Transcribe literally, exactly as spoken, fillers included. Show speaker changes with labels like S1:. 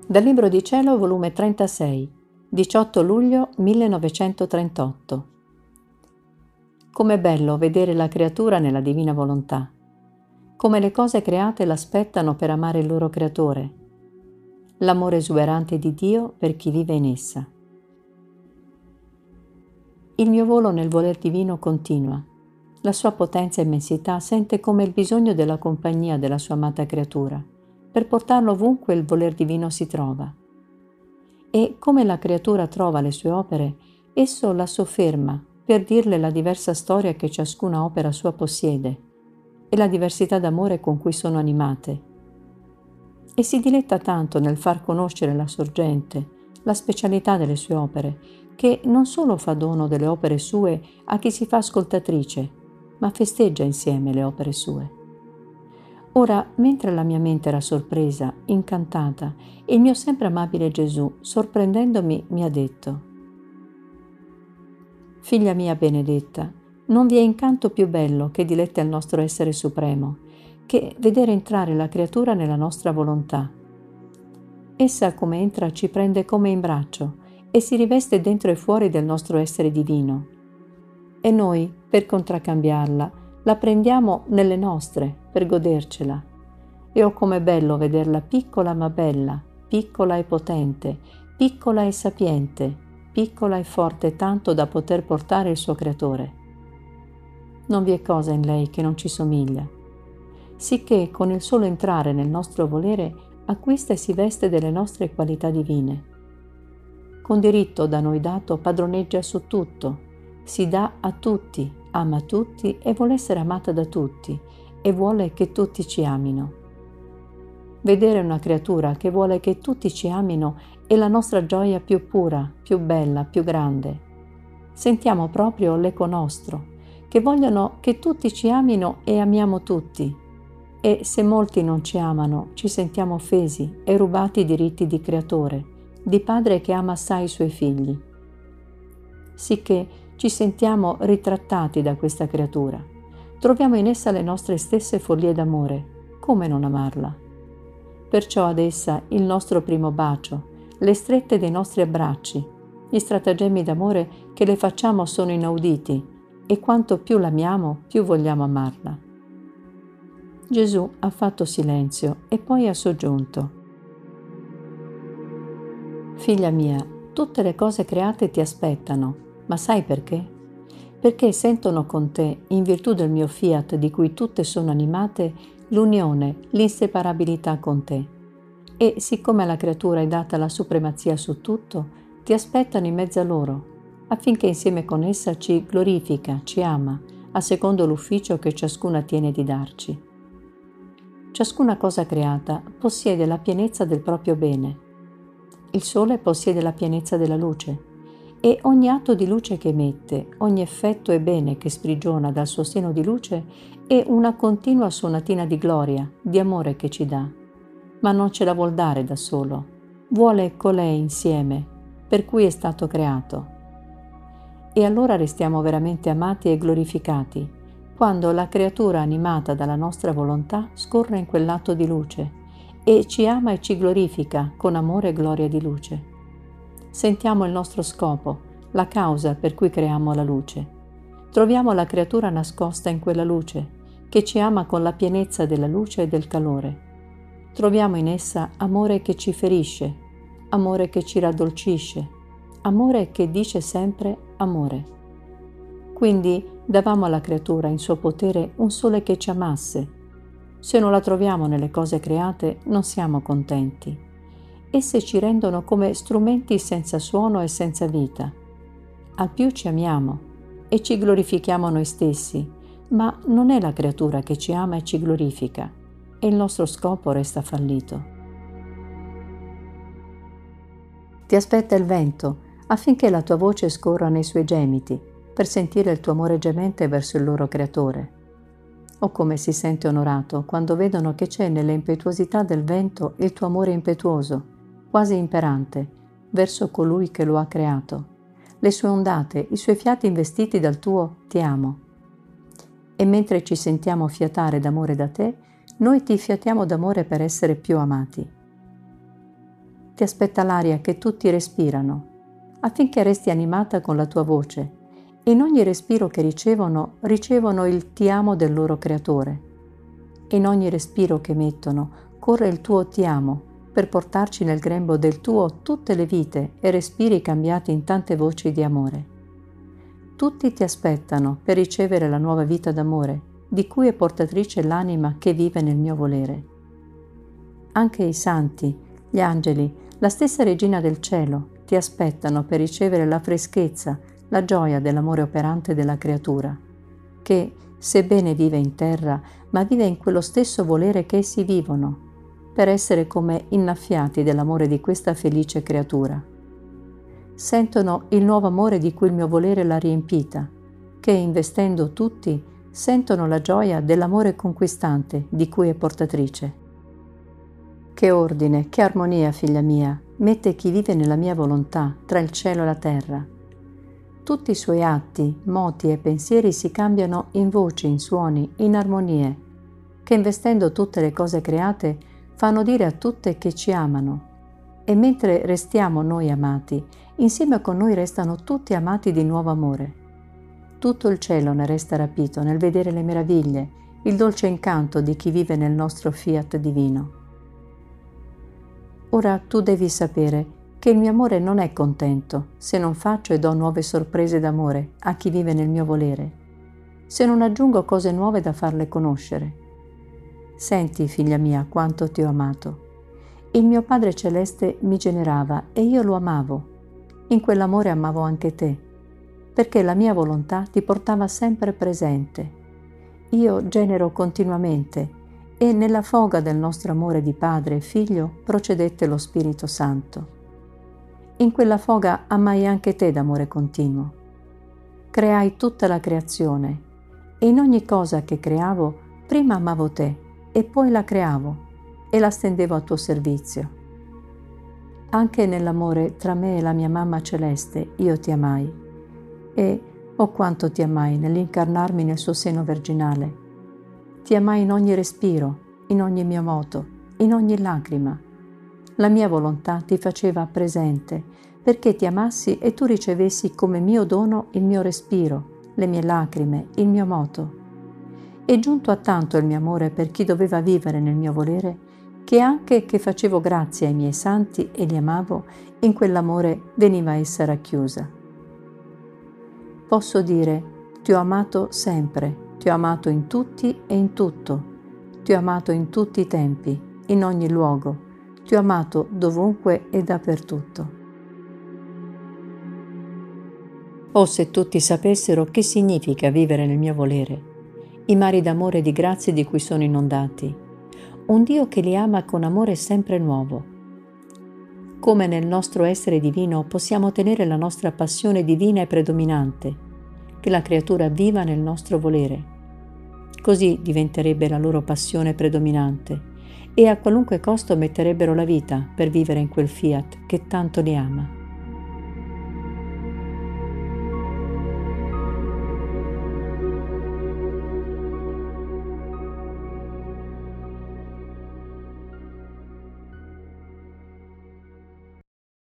S1: Dal Libro di Cielo, volume trentasei, diciotto luglio millenovecentotrentotto. Com'è bello vedere la creatura nella divina volontà, come le cose create l'aspettano per amare il loro creatore, l'amore esuberante di Dio per chi vive in essa. Il mio volo nel voler divino continua. La sua potenza e immensità sente come il bisogno della compagnia della sua amata creatura, per portarlo ovunque il voler divino si trova. E come la creatura trova le sue opere, esso la sofferma per dirle la diversa storia che ciascuna opera sua possiede e la diversità d'amore con cui sono animate. E si diletta tanto nel far conoscere la sorgente, la specialità delle sue opere, che non solo fa dono delle opere sue a chi si fa ascoltatrice, ma festeggia insieme le opere sue. Ora, mentre la mia mente era sorpresa, incantata, e il mio sempre amabile Gesù, sorprendendomi, mi ha detto: «Figlia mia benedetta, non vi è incanto più bello che dilette al nostro essere supremo, che vedere entrare la creatura nella nostra volontà. Essa, come entra, ci prende come in braccio e si riveste dentro e fuori del nostro essere divino. E noi, per contraccambiarla, la prendiamo nelle nostre per godercela. E oh com'è bello vederla piccola ma bella, piccola e potente, piccola e sapiente, piccola e forte tanto da poter portare il suo creatore. Non vi è cosa in lei che non ci somiglia, sicché con il solo entrare nel nostro volere acquista e si veste delle nostre qualità divine. Con diritto da noi dato padroneggia su tutto, si dà a tutti, ama tutti e vuole essere amata da tutti e vuole che tutti ci amino. Vedere una creatura che vuole che tutti ci amino è la nostra gioia più pura, più bella, più grande. Sentiamo proprio l'eco nostro, che vogliono che tutti ci amino e amiamo tutti. E se molti non ci amano, ci sentiamo offesi e rubati i diritti di creatore, di padre che ama assai i suoi figli. Sicché ci sentiamo ritrattati da questa creatura. Troviamo in essa le nostre stesse follie d'amore. Come non amarla? Perciò ad essa il nostro primo bacio, le strette dei nostri abbracci, gli stratagemmi d'amore che le facciamo sono inauditi e quanto più l'amiamo, più vogliamo amarla. Gesù ha fatto silenzio e poi ha soggiunto: «Figlia mia, tutte le cose create ti aspettano, ma sai perché? Perché sentono con te, in virtù del mio fiat di cui tutte sono animate, l'unione, l'inseparabilità con te. E siccome alla creatura è data la supremazia su tutto, ti aspettano in mezzo a loro, affinché insieme con essa ci glorifica, ci ama, a secondo l'ufficio che ciascuna tiene di darci. Ciascuna cosa creata possiede la pienezza del proprio bene. Il sole possiede la pienezza della luce, e ogni atto di luce che emette, ogni effetto e bene che sprigiona dal suo seno di luce è una continua suonatina di gloria, di amore che ci dà. Ma non ce la vuol dare da solo, vuole colei insieme, per cui è stato creato. E allora restiamo veramente amati e glorificati, quando la creatura animata dalla nostra volontà scorre in quell'atto di luce e ci ama e ci glorifica con amore e gloria di luce. Sentiamo il nostro scopo, la causa per cui creiamo la luce. Troviamo la creatura nascosta in quella luce, che ci ama con la pienezza della luce e del calore. Troviamo in essa amore che ci ferisce, amore che ci raddolcisce, amore che dice sempre amore. Quindi davamo alla creatura in suo potere un sole che ci amasse. Se non la troviamo nelle cose create, non siamo contenti. Esse ci rendono come strumenti senza suono e senza vita. Al più ci amiamo e ci glorifichiamo noi stessi, ma non è la creatura che ci ama e ci glorifica, e il nostro scopo resta fallito. Ti aspetta il vento, affinché la tua voce scorra nei suoi gemiti, per sentire il tuo amore gemente verso il loro creatore. Oh come si sente onorato quando vedono che c'è nelle impetuosità del vento il tuo amore impetuoso, quasi imperante, verso colui che lo ha creato. Le sue ondate, i suoi fiati investiti dal tuo «ti amo». E mentre ci sentiamo fiatare d'amore da te, noi ti fiatiamo d'amore per essere più amati. ti aspetta l'aria che tutti respirano, affinché resti animata con la tua voce. In ogni respiro che ricevono, ricevono il ti amo del loro creatore. In ogni respiro che emettono, corre il tuo ti amo, per portarci nel grembo del tuo tutte le vite e respiri cambiati in tante voci di amore. Tutti ti aspettano per ricevere la nuova vita d'amore, di cui è portatrice l'anima che vive nel mio volere. Anche i santi, gli angeli, la stessa Regina del Cielo ti aspettano per ricevere la freschezza, la gioia dell'amore operante della creatura, che, sebbene vive in terra, ma vive in quello stesso volere che essi vivono, per essere come innaffiati dell'amore di questa felice creatura. Sentono il nuovo amore di cui il mio volere l'ha riempita, che, investendo tutti, sentono la gioia dell'amore conquistante di cui è portatrice. Che ordine, che armonia, figlia mia, mette chi vive nella mia volontà tra il cielo e la terra. Tutti i suoi atti, moti e pensieri si cambiano in voci, in suoni, in armonie, che investendo tutte le cose create fanno dire a tutte che ci amano. E mentre restiamo noi amati, insieme con noi restano tutti amati di nuovo amore. Tutto il cielo ne resta rapito nel vedere le meraviglie, il dolce incanto di chi vive nel nostro fiat divino. Ora tu devi sapere che il mio amore non è contento se non faccio e do nuove sorprese d'amore a chi vive nel mio volere, se non aggiungo cose nuove da farle conoscere. Senti, figlia mia, quanto ti ho amato. Il mio Padre Celeste mi generava e io lo amavo. In quell'amore amavo anche te, perché la mia volontà ti portava sempre presente. Io genero continuamente e nella foga del nostro amore di padre e figlio procedette lo Spirito Santo. In quella foga amai anche te d'amore continuo. Creai tutta la creazione e in ogni cosa che creavo prima amavo te e poi la creavo e la stendevo a tuo servizio. Anche nell'amore tra me e la mia mamma celeste io ti amai e, oh quanto ti amai nell'incarnarmi nel suo seno virginale. Ti amai in ogni respiro, in ogni mio moto, in ogni lacrima. La mia volontà ti faceva presente perché ti amassi e tu ricevessi come mio dono il mio respiro, le mie lacrime, il mio moto. E giunto a tanto il mio amore per chi doveva vivere nel mio volere, che anche che facevo grazie ai miei santi e li amavo, in quell'amore veniva essa racchiusa. Posso dire, ti ho amato sempre, ti ho amato in tutti e in tutto, ti ho amato in tutti i tempi, in ogni luogo, ti ho amato dovunque e dappertutto. Oh, se tutti sapessero che significa vivere nel mio volere, i mari d'amore e di grazie di cui sono inondati, un Dio che li ama con amore sempre nuovo. Come nel nostro essere divino possiamo tenere la nostra passione divina e predominante, che la creatura viva nel nostro volere. Così diventerebbe la loro passione predominante e a qualunque costo metterebbero la vita per vivere in quel fiat che tanto li ama.